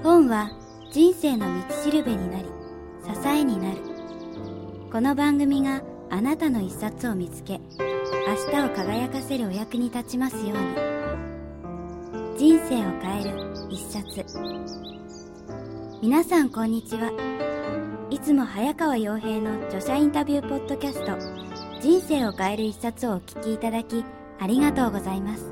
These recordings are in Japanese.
本は人生の道しるべになり、支えになる。この番組があなたの一冊を見つけ、明日を輝かせるお役に立ちますように。人生を変える一冊。皆さんこんにちは。いつも早川洋平の著者インタビューポッドキャスト、人生を変える一冊をお聞きいただきありがとうございます。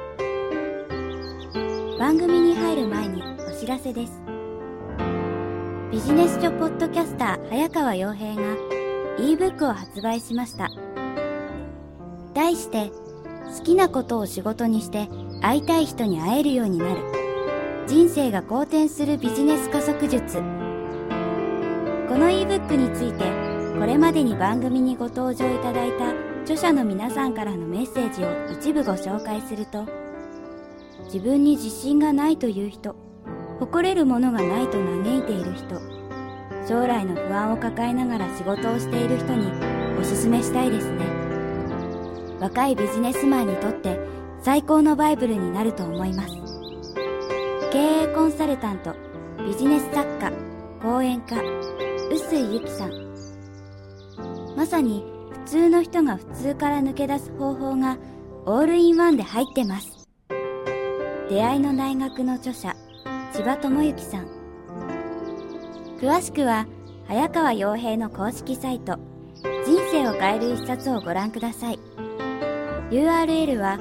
番組に入る前にお知らせです。ビジネス書ポッドキャスター早川洋平が ebook を発売しました。題して、好きなことを仕事にして会いたい人に会えるようになる、人生が好転するビジネス加速術。この ebook について、これまでに番組にご登場いただいた著者の皆さんからのメッセージを一部ご紹介すると、自分に自信がないという人、誇れるものがないと嘆いている人、将来の不安を抱えながら仕事をしている人におすすめしたいですね。若いビジネスマンにとって最高のバイブルになると思います。経営コンサルタント、ビジネス作家、講演家、臼井由紀さん。まさに普通の人が普通から抜け出す方法がオールインワンで入ってます。出会いの大学の著者、千葉智之さん。詳しくは早川洋平の公式サイト、人生を変える一冊をご覧ください。URL は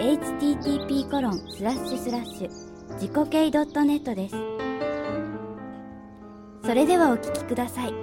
http:// 自己系 .net です。それではお聞きください。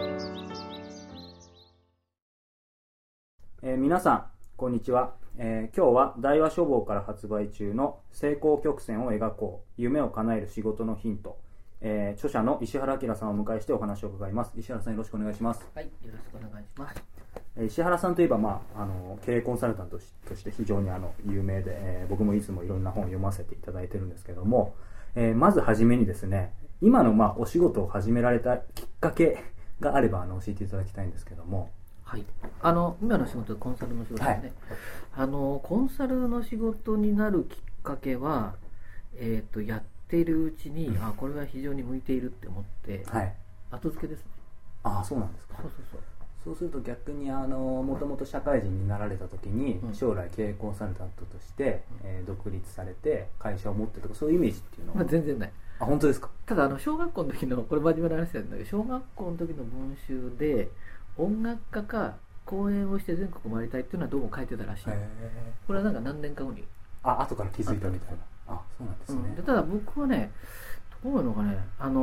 皆さんこんにちは。今日は大和書房から発売中の成功曲線を描こう、夢を叶える仕事のヒント、著者の石原明さんをお迎えしてお話を伺います。石原さん、よろしくお願いします。 はい、よろしくお願いします。 石原さんといえば、経営コンサルタントとして非常に有名で、僕もいつもいろんな本を読ませていただいてるんですけども、まずはじめにですね、今のお仕事を始められたきっかけがあれば教えていただきたいんですけども。 はい、今の仕事はコンサルの仕事ですね。はい、コンサルの仕事になるきっかけは、やっているうちに、これは非常に向いているって思って、はい、後付けですね。 そうなんですか。そうすると逆にもともと社会人になられた時に、将来経営コンサルタントとして、独立されて会社を持ってとか、そういうイメージっていうのは、 全然ない。 本当ですか。 ただ小学校の時の、これ真面目な話なんだけど、小学校の時の文集で音楽家か講演をして全国回りたいっていうのはどうも書いてたらしい。これは何年か後に後から気づいたみたいな。そうなんですね。 でただ僕はね、どういうのかね、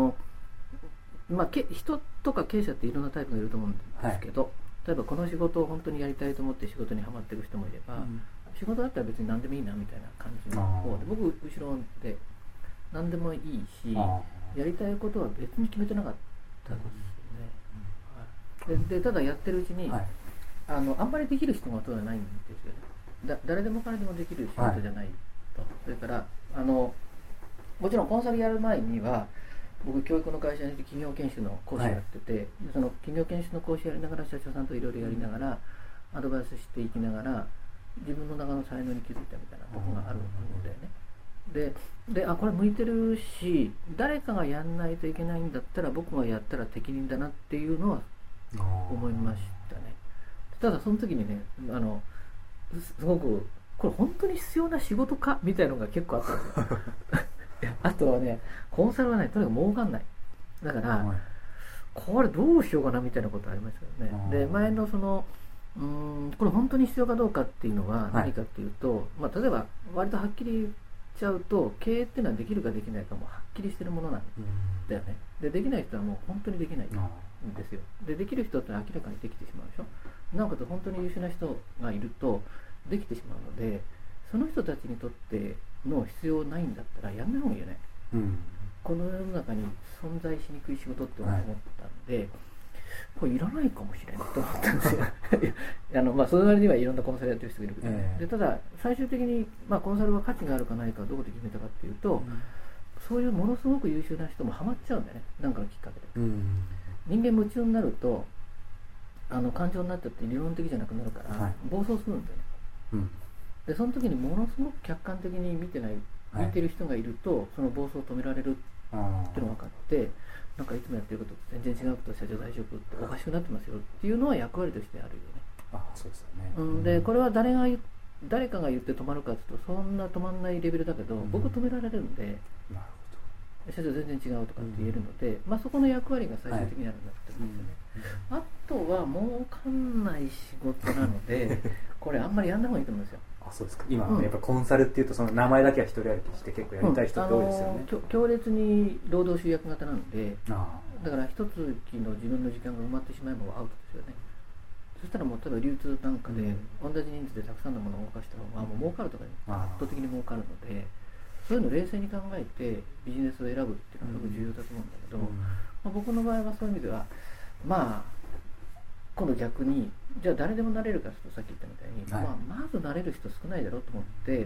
人とか経営者っていろんなタイプがいると思うんですけど、例えばこの仕事を本当にやりたいと思って仕事にはまっている人もいれば、仕事だったら別に何でもいいなみたいな感じの方で、僕後ろで何でもいいし、やりたいことは別に決めてなかったですよね。でただやってるうちに、あんまりできる人がそうじゃないんですよね。誰でも彼でもできる仕事じゃないと。それからもちろんコンサルやる前には、僕教育の会社にいて企業研修の講師やってて、その企業研修の講師やりながら社長さんといろいろやりながら、アドバイスしていきながら自分の中の才能に気づいたみたいなところがあるんだよね。でこれ向いてるし、誰かがやんないといけないんだったら僕がやったら適任だなっていうのは思いましたね。ただその時にね、すごくこれ本当に必要な仕事かみたいなのが結構あったんですよ。あとはね、コンサルはね、とにかく儲かんない。だから、これどうしようかなみたいなことありましたよね。で、前のこれ本当に必要かどうかっていうのは何かっていうと、例えば割とはっきり言っちゃうと、経営っていうのはできるかできないかもはっきりしてるものなんだよね。できない人はもう本当にできないんですよ。できる人って明らかにできてしまうでしょ。なおかつ本当に優秀な人がいるとできてしまうので、その人たちにとっての必要ないんだったらやんない方がいいよね。この世の中に存在しにくい仕事って思ったんで、これいらないかもしれないと思ったんですよ。それなりにはいろんなコンサルやってる人がいるけど、でただ最終的に、コンサルは価値があるかないかどこで決めたかっていうと、そういうものすごく優秀な人もハマっちゃうんだよね、なんかのきっかけで。人間夢中になると感情になっちゃって理論的じゃなくなるから、暴走するんだよね。でその時にものすごく客観的に見てる人がいると、その暴走を止められるっっていうのが分かって、なんかいつもやってることと全然違うこと、社長大丈夫っておかしくなってますよっていうのは役割としてあるよね。 そうですよね。 でこれは誰かが言って止まるかというとそんな止まんないレベルだけど、僕止められるんで、 なるほど、 社長全然違うとかって言えるので、そこの役割が最終的にあるんだって思うんですよね。あとは儲かんない仕事なのでこれあんまりやんない方がいいと思うんですよ。 そうですか。今、やっぱコンサルっていうとその名前だけは一人歩きして結構やりたい人って多いですよね。 強烈に労働集約型なんで、だから一月の自分の時間が埋まってしまえばアウトですよね。そしたらもう例えば流通単価で同じ人数でたくさんのものを動かした方がもう儲かるとか圧倒的に儲かるので、そういうのを冷静に考えてビジネスを選ぶっていうのはすごく重要だと思うんだけど、僕の場合はそういう意味では今度逆にじゃあ誰でもなれるかとさっき言ったみたいに、まずなれる人少ないだろうと思って、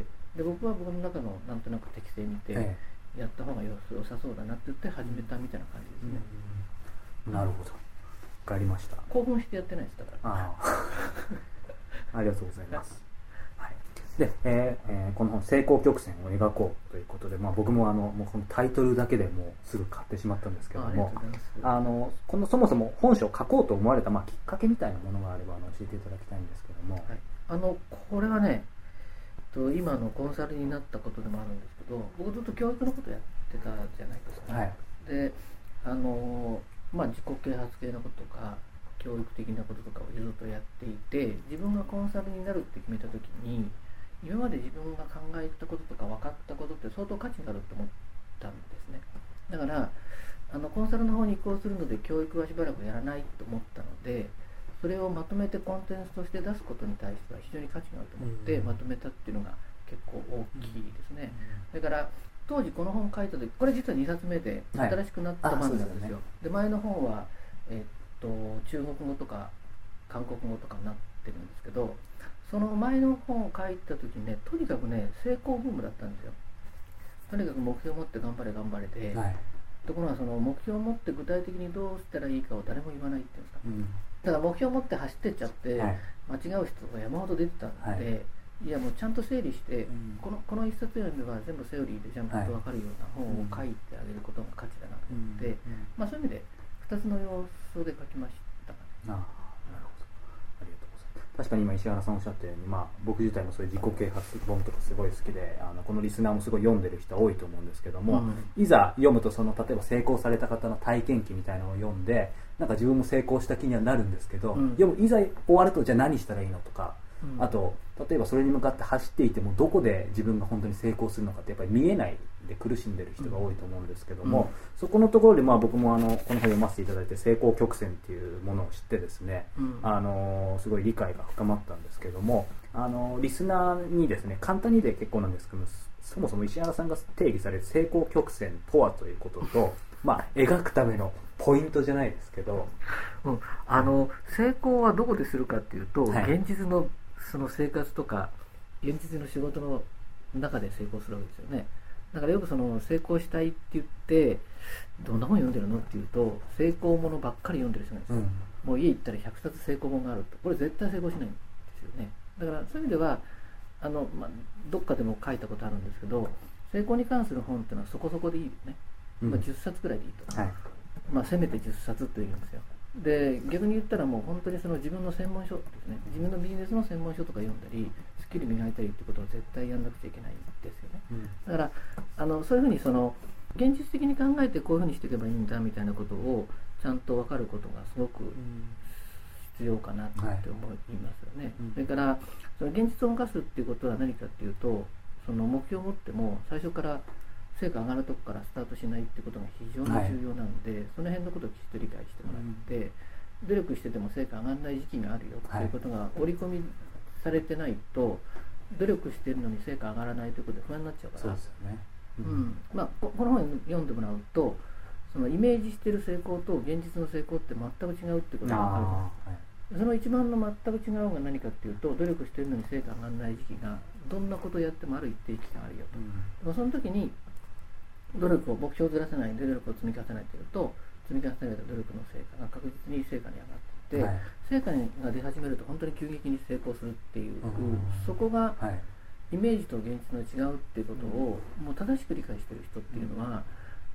で僕は僕の中のなんとなく適性見て、やった方が良さそうだなって言って始めたみたいな感じですね。 なるほど、分かりました。 興奮してやってないですだから。 ありがとうございます。で、この本成功曲線を描こうということで、僕ももうこのタイトルだけでもうすぐ買ってしまったんですけども、このそもそも本書を書こうと思われた、きっかけみたいなものがあれば教えていただきたいんですけども。 これはね、今のコンサルになったことでもあるんですけど、僕ずっと教育のことやってたじゃないですか。で自己啓発系のこととか教育的なこととかをずっとやっていて、自分がコンサルになるって決めた時に今まで自分が考えたこととか分かったことって相当価値があると思ったんですね。だからコンサルの方に移行するので教育はしばらくやらないと思ったので、それをまとめてコンテンツとして出すことに対しては非常に価値があると思ってまとめたっていうのが結構大きいですね。だから当時この本書いた時、これ実は2冊目で新しくなった版なんですよ。で前の本は、中国語とか韓国語とかになってるんですけど、その前の本を書いた時にね、とにかくね成功ブームだったんですよ。とにかく目標を持って頑張れ頑張れで、ところがその目標を持って具体的にどうしたらいいかを誰も言わないっていうんですか、だから目標を持って走ってっちゃって、間違う人が山ほど出てたんで、いやもうちゃんと整理して、この一冊読めば全部セオリーでちゃんと分かるような本を書いてあげることが価値だなと思って、そういう意味で2つの要素で書きました。 なるほど、ありがとうございます。確かに今石原さんおっしゃったように、僕自体もそういう自己啓発本とかすごい好きで、このリスナーもすごい読んでる人多いと思うんですけども、いざ読むとその例えば成功された方の体験記みたいなのを読んで、なんか自分も成功した気にはなるんですけど、いざ終わるとじゃあ何したらいいのとか、あと例えばそれに向かって走っていてもどこで自分が本当に成功するのかってやっぱり見えないで苦しんでる人が多いと思うんですけども、そこのところで僕もこの本読ませていただいて成功曲線っていうものを知ってですね、すごい理解が深まったんですけども、リスナーにですね簡単にで結構なんですけども、そもそも石原さんが定義される成功曲線とはということと、描くためのポイントじゃないですけど、 成功はどこでするかっていうと、現実のその生活とか現実の仕事の中で成功するわけですよね。だからよくその成功したいって言ってどんな本読んでるのっていうと、成功ものばっかり読んでる人なんですよ、もう家行ったら100冊成功本があると、これ絶対成功しないんですよね。だからそういう意味ではどっかでも書いたことあるんですけど、成功に関する本っていうのはそこそこでいいよね、10冊くらいでいいと、せめて10冊というんですよ。で逆に言ったらもう本当にその自分の専門書ですね、自分のビジネスの専門書とか読んだりスキル磨いたりってことを絶対やんなくちゃいけないんですよね、だからそういうふうにその現実的に考えてこういうふうにしていけばいいんだみたいなことをちゃんと分かることがすごく必要かなって思いますよね、それからその現実を動かすっていうことは何かっていうと、その目標を持っても最初から成果上がるとこからスタートしないってことが非常に重要なので、その辺のことをきちっと理解してもらって、努力してても成果上がらない時期があるよっていうことが織り込みされてないと、努力してるのに成果上がらないということで不安になっちゃうから、この本読んでもらうと、そのイメージしてる成功と現実の成功って全く違うってことが分かる。その一番の全く違うのが何かっていうと、努力してるのに成果上がらない時期がどんなことをやってもある一定期間あるよと、その時に努力を目標をずらせないで努力を積み重ねていると、積み重ねた努力の成果が確実に成果に上がって、成果が出始めると本当に急激に成功するっていう、そこがイメージと現実の違うっていうことをもう正しく理解している人っていうのは、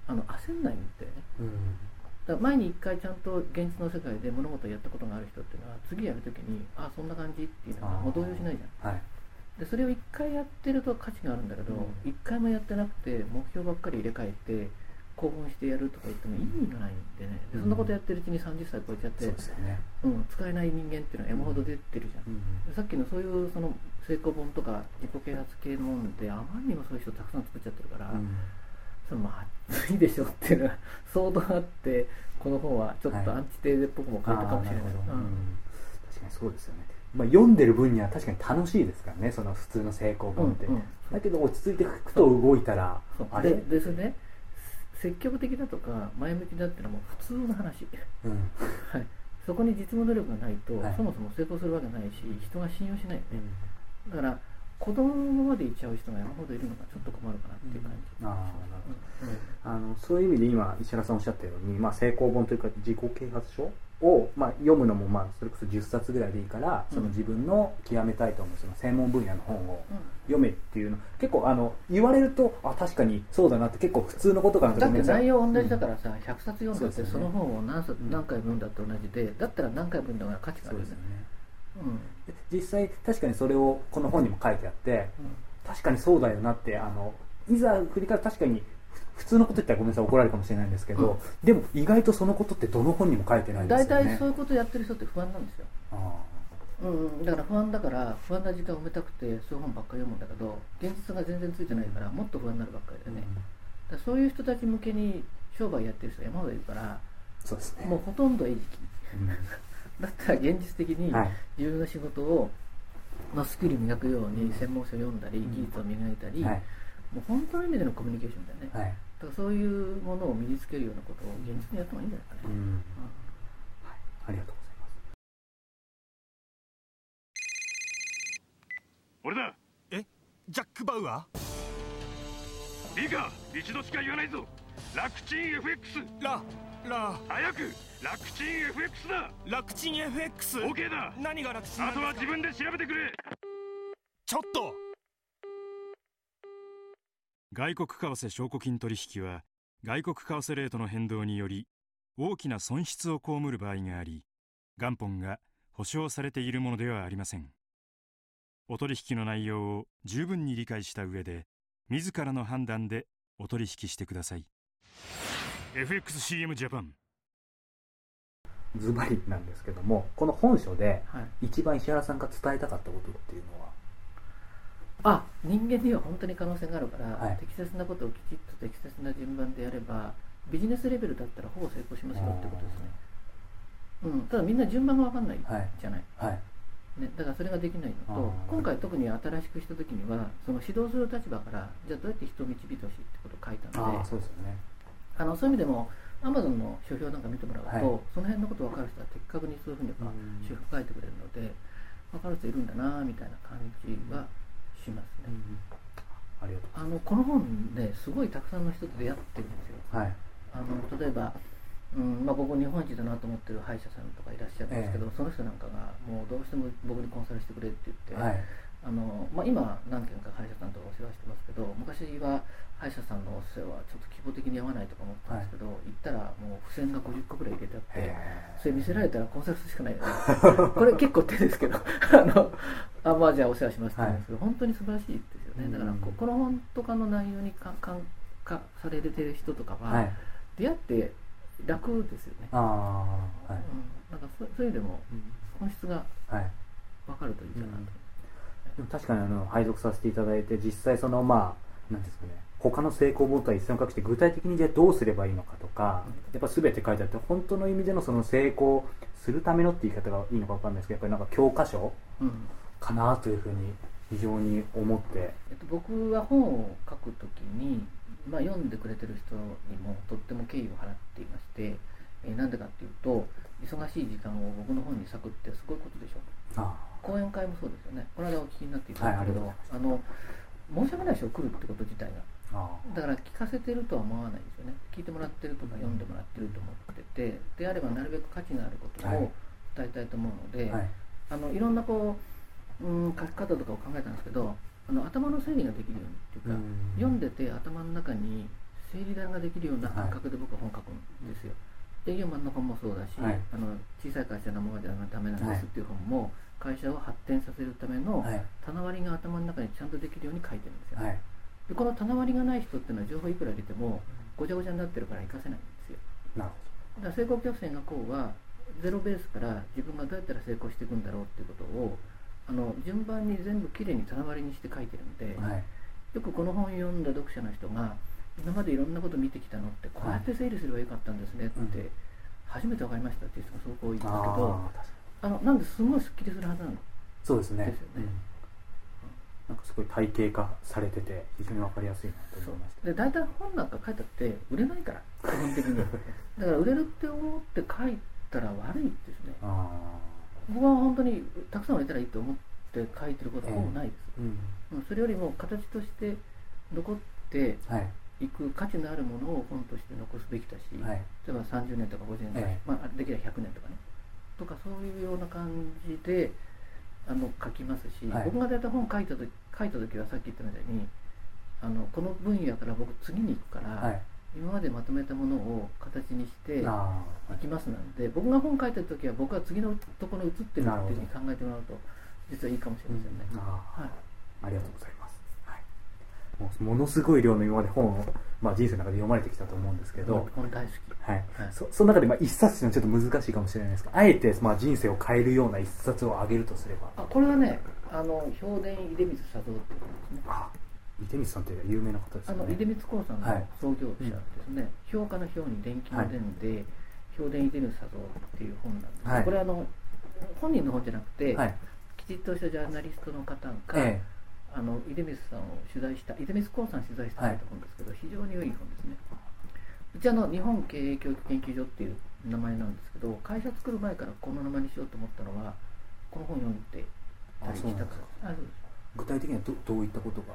焦んないんだよね。だから前に一回ちゃんと現実の世界で物事をやったことがある人っていうのは次やるときにそんな感じっていうのはもう動揺しないじゃん、はい、でそれを一回やってると価値があるんだけど、一回もやってなくて目標ばっかり入れ替えて興奮してやるとか言っても意味がないんでね、でそんなことやってるうちに30歳超えちゃって、使えない人間っていうのは山ほど出てるじゃん、さっきのそういうその成功本とか自己啓発系のもんであまりにもそういう人たくさん作っちゃってるから、そのまずいでしょっていうのが相当あって、この本はちょっとアンチテーゼっぽくも書いたかもしれない。確かにそうですよね。読んでる分には確かに楽しいですからね、その普通の成功本って、だけど落ち着いてふと動いたらあれですね。積極的だとか前向きだってのはもう普通の話、はい、そこに実務能力がないと、そもそも成功するわけないし人が信用しないよね、だから子供までいっちゃう人が山ほどいるのがちょっと困るかなっていう感じ。 そういう意味で今石原さんおっしゃったように、成功本というか自己啓発書を、読むのもそれこそ10冊ぐらいでいいから、その自分の極めたいと思うその専門分野の本を読めっていうの、結構言われると確かにそうだなって結構普通のことかなと思います。だって内容同じだからさ、100冊読んだってその本を何回読んだって同じで、だったら何回読んだ方が価値があるんだよね。 実際確かにそれをこの本にも書いてあって、確かにそうだよなっていざ振り返ると確かに普通のこと言ったらごめんなさい怒られるかもしれないんですけど、でも意外とそのことってどの本にも書いてないんですよね。 大体そういうことやってる人って不安なんですよ。だから不安だから不安な時間を埋めたくてそういう本ばっかり読むんだけど、現実が全然ついてないからもっと不安になるばっかりでね、だからそういう人たち向けに商売やってる人が山ほどいるから、 そうですね、 もうほとんど餌食、だったら現実的に自分の仕事をのスキル磨くように専門書を読んだり技術を磨いたり、もう本当の意味でのコミュニケーションだよね、だからそういうものを身につけるようなことを現実にやった方がいいんじゃないかね。 ありがとうございます。 俺だ。ジャック・バウアー？いいか、一度しか言わないぞ。楽ちん FX。早く楽ちん FX だ。 楽ちん FX？ OK だ。 何が楽ちんなんですか？ あとは自分で調べてくれ。 ちょっと。 外国為替証拠金取引は外国為替レートの変動により大きな損失を被る場合があり、元本が保証されているものではありません。お取引の内容を十分に理解した上で自らの判断でお取引してください。 FXCM ジャパン。 ズバリなんですけども、この本書で一番石原さんが伝えたかったことっていうのは、 人間には本当に可能性があるから、適切なことをきちっと適切な順番でやればビジネスレベルだったらほぼ成功しますよってことですね。ただみんな順番が分かんないじゃない、だからそれができないのと、今回特に新しくした時にはその指導する立場からじゃあどうやって人を導いてほしいってことを書いたので、そうですよね。そういう意味でも Amazon の書評なんか見てもらうと、その辺のことを分かる人は的確にそういうふうに書評書いてくれるので、分かる人いるんだなみたいな感じはしますね。 ありがとう。 この本ですごいたくさんの人と出会ってるんですよ。例えば僕日本一だなと思ってる歯医者さんとかいらっしゃるんですけど、その人なんかがもうどうしても僕にコンサルしてくれって言って、今何件か歯医者さんとかお世話してますけど、昔は歯医者さんのお世話はちょっと規模的に合わないとか思ったんですけど、行ったらもう付箋が50個ぐらい入れてあって、それ見せられたらコンサルするしかないよねこれ結構手ですけどじゃあお世話しますって言うんですけど、本当に素晴らしいですよね。だからこの本とかの内容に感化されてる人とかは、出会って楽ですよね。なんかそういう意味でも本質が分かるといいかなと。 確かに拝読させていただいて、実際そのなんですかね、他の成功本とは一線を画して具体的にじゃあどうすればいいのかとか、やっぱ全て書いてあって、本当の意味でのその成功するためのって言い方がいいのか分かんないですけど、やっぱりなんか教科書かなというふうに非常に思って、 僕は本を書くときに読んでくれてる人にもとっても敬意を払っていまして、なんでかっていうと、忙しい時間を僕の本に割くってすごいことでしょ。講演会もそうですよね。この間お聞きになっていたんですけど、申し訳ないでしょ、来るってこと自体が。だから聞かせてるとは思わないですよね。聞いてもらってるとか読んでもらってると思ってて、であればなるべく価値のあることを伝えたいと思うので、いろんな書き方とかを考えたんですけど、頭の整理ができるようにっていうか、読んでて頭の中に整整理談ができるような感覚で僕は本書くんですよ。営業マンの本もそうだし、 はい、 小さい会社のままではダメなんですっていう本も、会社を発展させるための棚割りが頭の中にちゃんとできるように書いてるんですよ。はい、でこの棚割りがない人っていうのは情報いくら入れてもごちゃごちゃになってるから活かせないんですよ。なるほど。だから成功曲線がこうはゼロベースから自分がどうやったら成功していくんだろうっていうことを順番に全部きれいに棚割りにして書いてるんで、はい、よくこの本読んだ読者の人が今までいろんなこと見てきたのってこうやって整理すればよかったんですねって、初めて分かりましたっていう人がすごく多いんですけど、なんですごいスッキリするはずなんですよね。 そうですね。なんかすごい体系化されてて非常に分かりやすいなと思いました。 で大体本なんか書いたって売れないから基本的にだから売れるって思って書いたら悪いですね。僕は本当にたくさん売れたらいいと思って書いてることはほぼないです、それよりも形として残っていく価値のあるものを本として残すべきだし、例えば30年とか50年とか、できれば100年とかねとかそういうような感じで書きますし、僕が大体本書いた時はさっき言ったみたいにこの分野から僕次に行くから、今までまとめたものを形にしていきますので、僕が本書いてる時は僕は次のところに移ってるっていうふうに考えてもらうと実はいいかもしれませんね。 ありがとうございます。ものすごい量の今まで本を、人生の中で読まれてきたと思うんですけど、 本大好き、 その中で一冊のちょっと難しいかもしれないですが、あえて人生を変えるような一冊を挙げるとすれば、 これはね評伝出光佐三っていうことですね。 出光さんって有名な方ですよね。 出光興産の創業者ですね。評価の評に電気の電で、評伝出光佐三っていう本なんです、これは本人の本じゃなくて、きちっとしたジャーナリストの方が、出光さんを取材した出光興産取材した本ですけど、非常に良い本ですね。うち日本経営教育研究所っていう名前なんですけど、会社作る前からこの名前にしようと思ったのはこの本読んでたりしたから。 具体的にはどういったことが？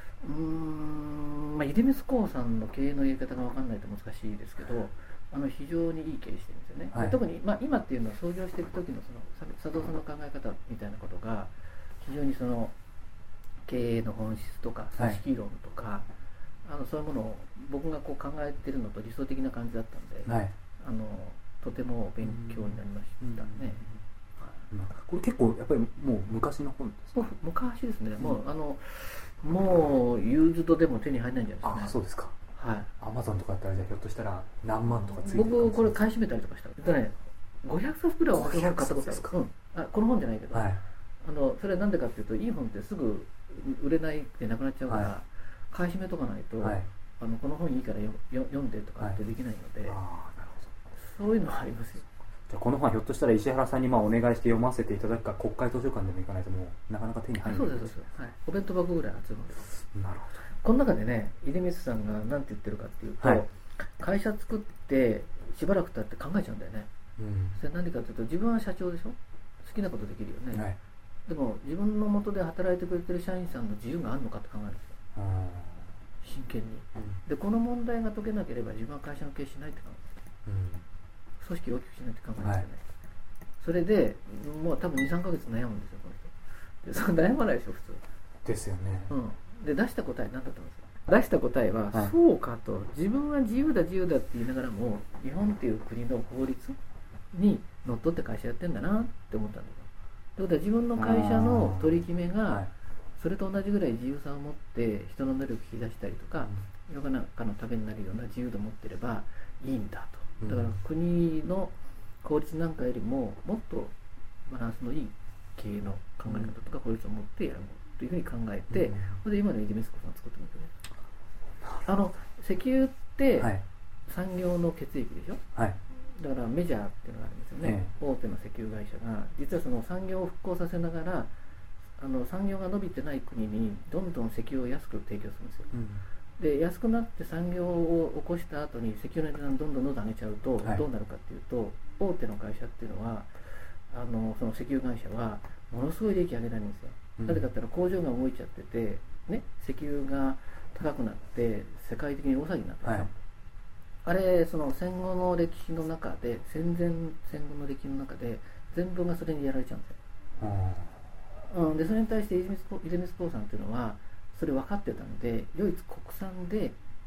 出光興産の経営のやり方が分かんないと難しいですけど、非常にいい経営してるんですよね。特に、今っていうのは創業していく時の佐藤さんの考え方みたいなことが非常に経営の本質とか組織論とか、そういうものを僕がこう考えてるのと理想的な感じだったんで、とても勉強になりましたね。 これ結構やっぱりもう昔の本ですか？ 昔ですね。もうユーズドでも手に入らないんじゃないですかね。 そうですか。アマゾンとかだったらじゃあひょっとしたら何万とかついてるかもしれない。 僕これ買い占めたりとかしたら500冊ぐらいは買ったことある。この本じゃないけど、それはなんでかっていうと、いい本ってすぐ売れないでなくなっちゃうから、買い占めとかないと、この本いいから読んでとかってできないので、そういうのはありますよ。 じゃあこの本はひょっとしたら石原さんにお願いして読ませていただくか、国会図書館でも行かないともうなかなか手に入らない。 そうです。お弁当箱ぐらい集まる。 なるほど。 この中でね、出光さんが何て言ってるかっていうと、会社作ってしばらく経って考えちゃうんだよね。それ何でかというと、自分は社長でしょ、好きなことできるよね。でも自分の下で働いてくれてる社員さんの自由があるのかって考えるんですよ、真剣に。でこの問題が解けなければ自分は会社の経営しないって考える、組織を大きくしないって考えるんですよね。それでもう多分 2,3 ヶ月悩むんですよ、この人。でそれ悩まないでしょ普通ですよね。 で出した答え何だったんですか？出した答えは、そうかと、自分は自由だって言いながらも日本っていう国の法律にのっとって会社やってんだなって思ったんですよ。ということは自分の会社の取り決めがそれと同じぐらい自由さを持って人の能力を引き出したりとか、世の中のためになるような自由度を持ってればいいんだと。だから国の法律なんかよりももっとバランスのいい経営の考え方とか法律を持ってやるというふうに考えて、それで今の出光興産を作ってますよね。石油って産業の血液でしょ、だからメジャーっていうのがあるんですよね、大手の石油会社が実はその産業を復興させながら産業が伸びてない国にどんどん石油を安く提供するんですよ、で安くなって産業を起こした後に石油の値段どんどん上げちゃうと、どうなるかっていうと、大手の会社っていうのはその石油会社はものすごい利益上げられるんですよ、なぜかっていうと工場が動いちゃってて、ね、石油が高くなって世界的に大騒ぎになったんですよ、あれその戦後の歴史の中で戦後の歴史の中で全部がそれにやられちゃうんですよ、でそれに対して出光興産っていうのはそれ分かってたんで、唯一国産で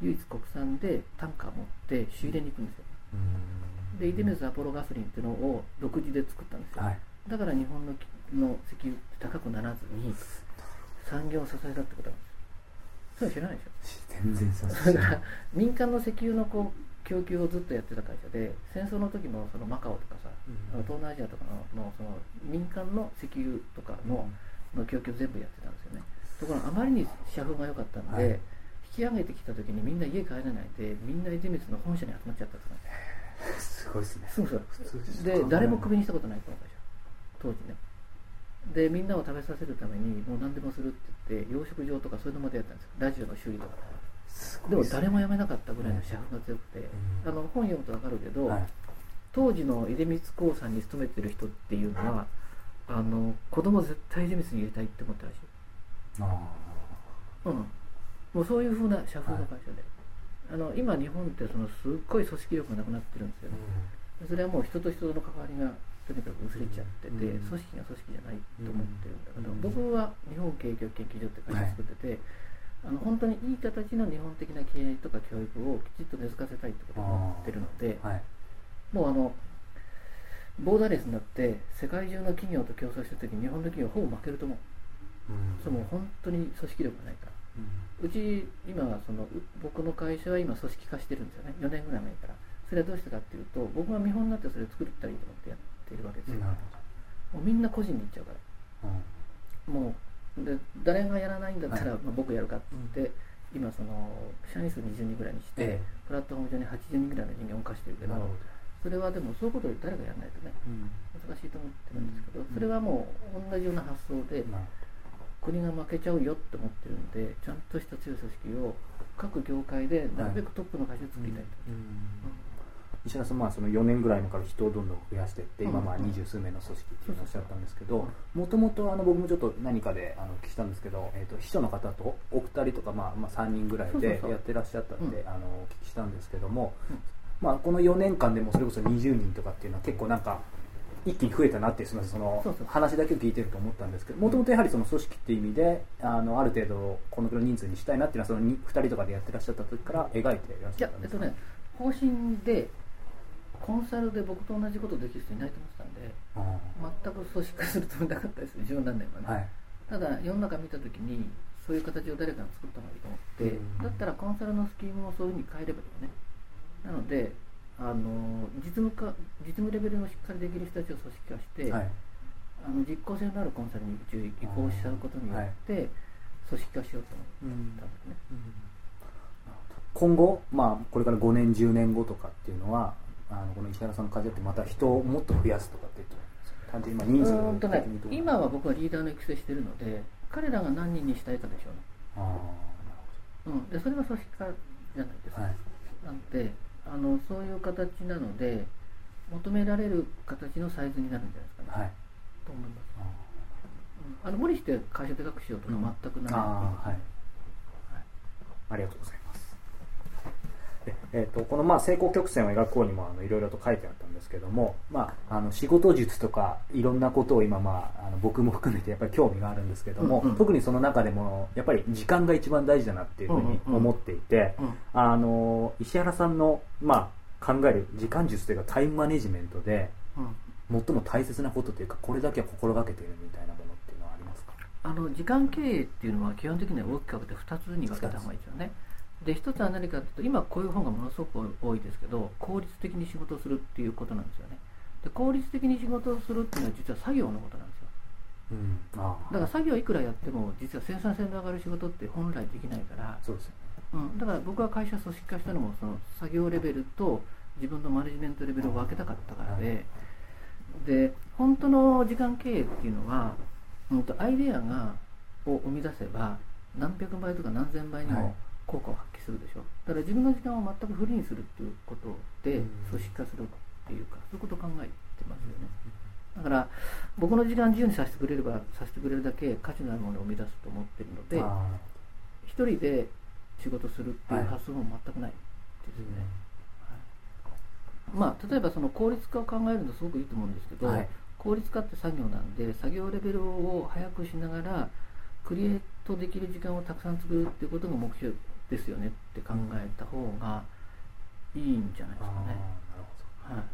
唯一国産でタンカー持って仕入れに行くんですよ。で出光アポロガソリンっていうのを独自で作ったんですよ、はい、だから日本の石油って高くならずに産業を支えたってことなんですよ。それ知らないでしょ。 全然そうだから民間の石油の供給をずっとやってた会社で、戦争の時もそのマカオとかさ、東南アジアとかのその民間の石油とかの供給全部やってたんですよね。ところがあまりに社風が良かったんで、はい、引き上げてきた時にみんな家帰れないで、みんな出光の本社に集まっちゃったとか、 すごいですね。 そうで誰もクビにしたことないこの会社当時ね。でみんなを食べさせるためにもう何でもするって言って養殖場とかそういうのまでやったんですよ。ラジオの修理とか。でも誰も辞めなかったぐらいの社風が強くて、本読むと分かるけど、はい、当時の出光興産に勤めてる人っていうのは、子供絶対出光に入れたいって思ったらしい。もうそういう風な社風の会社で、はい、今日本ってそのすっごい組織力がなくなってるんですよ、それはもう人と人との関わりがとにかく薄れちゃってて、組織が組織じゃないと思ってるんだけど、僕は日本経営教育研究所って会社作ってて、本当にいい形の日本的な経営とか教育をきちっと根付かせたいってことを思ってるので、はい、もうボーダーレスになって世界中の企業と競争した時に日本の企業ほぼ負けると思う。そうもう本当に組織力がないから、うち今その僕の会社は今組織化してるんですよね。4年ぐらい前から。それはどうしてかっていうと、僕が見本になってそれを作ったらいいと思ってやっているわけですよ。もうみんな個人に行っちゃうから、もうで誰がやらないんだったら、僕やるかって言って、今その社員数20人ぐらいにして、プラットフォーム上に80人ぐらいの人間を置かしてるけど、それはでもそういうことで誰がやらないとね、難しいと思ってるんですけど、それはもう同じような発想で、国が負けちゃうよって思ってるんで、ちゃんとした強い組織を各業界でなるべくトップの会社を作りたいと。 石原さん、その4年ぐらい前から人をどんどん増やしていって、今20数名の組織っておっしゃったんですけど、もともと僕もちょっと何かでお聞きしたんですけど、秘書の方とお二人とか3人ぐらいでやってらっしゃったってお聞きしたんですけども、この4年間でもそれこそ20人とかっていうのは結構なんか一気に増えたなって、すみません、その話だけを聞いてると思ったんですけど、もともとやはりその組織っていう意味である程度このくらい人数にしたいなっていうのは、その2人とかでやってらっしゃった時から描いていらっしゃったんですか？ 方針でコンサルで僕と同じことできる人いないと思ってたんで、全く組織化するつもりなかったですよ、十何年はね、はい、ただ世の中見たときにそういう形を誰かが作った方がいいと思って、だったらコンサルのスキームをそういうふうに変えればいいよね。なので実務レベルのしっかりできる人たちを組織化して、はい、実効性のあるコンサルに移行しちゃうことによって組織化しようと思ったんですね。 今後、これから5年10年後とかっていうのはこの石原さんの会社ってまた人をもっと増やすとかって単純に人数の的に今は僕はリーダーの育成しているので、彼らが何人にしたいかでしょうね。でそれが組織化じゃないですか、はい、なのでそういう形なので求められる形のサイズになるんじゃないですかね、はい、と思います。無理して会社でかくしようとか全くない、 ありがとうございます。この成功曲線を描く方にもいろいろと書いてあったんですけども、仕事術とかいろんなことを今、僕も含めてやっぱり興味があるんですけども、特にその中でもやっぱり時間が一番大事だなっていうふうに思っていて、石原さんの、考える時間術というかタイムマネジメントで、最も大切なことというかこれだけは心がけているみたいなものっていうのはありますか？ 時間経営っていうのは基本的には大きく分けて2つに分けた方がいいですよね。で一つは何かというと、今こういう本がものすごく多いですけど、効率的に仕事をするっていうことなんですよね。で効率的に仕事をするっていうのは実は作業のことなんですよ。だから作業いくらやっても実は生産性の上がる仕事って本来できないから、 そうですよね。 だから僕は会社組織化したのもその作業レベルと自分のマネジメントレベルを分けたかったからで、本当の時間経営っていうのは、アイデアを生み出せば何百倍とか何千倍にも効果を発揮するでしょ。だから自分の時間を全くフリーにするっていうことで組織化するっていうか、そういうことを考えてますよね。だから僕の時間自由にさせてくれればさせてくれるだけ価値のあるものを生み出すと思っているので、一人で仕事するっていう発想も全くないですね。例えばその効率化を考えるのすごくいいと思うんですけど、効率化って作業なんで、作業レベルを速くしながらクリエイトできる時間をたくさん作るっていうことが目標ですよねって考えた方がいいんじゃないですかね。 なるほど、 はい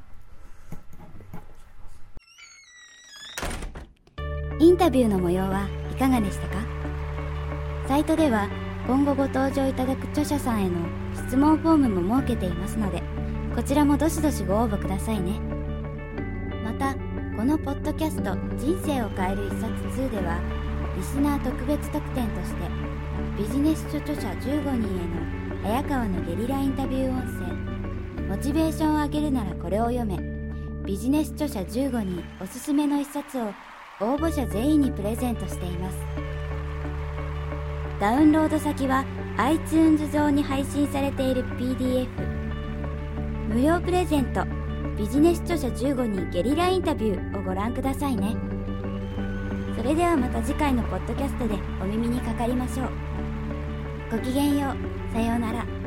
インタビューの模様はいかがでしたか？サイトでは今後ご登場いただく著者さんへの質問フォームも設けていますので、こちらもどしどしご応募くださいね。またこのポッドキャスト人生を変える一冊2では、リスナー特別特典としてビジネス書著者15人への早川のゲリラインタビュー音声、モチベーションを上げるならこれを読め、ビジネス著者15人おすすめの一冊を応募者全員にプレゼントしています。ダウンロード先は iTunes 上に配信されている PDF。 無料プレゼントビジネス著者15人ゲリラインタビューをご覧くださいね。それではまた次回のポッドキャストでお耳にかかりましょう。ごきげんよう。さようなら。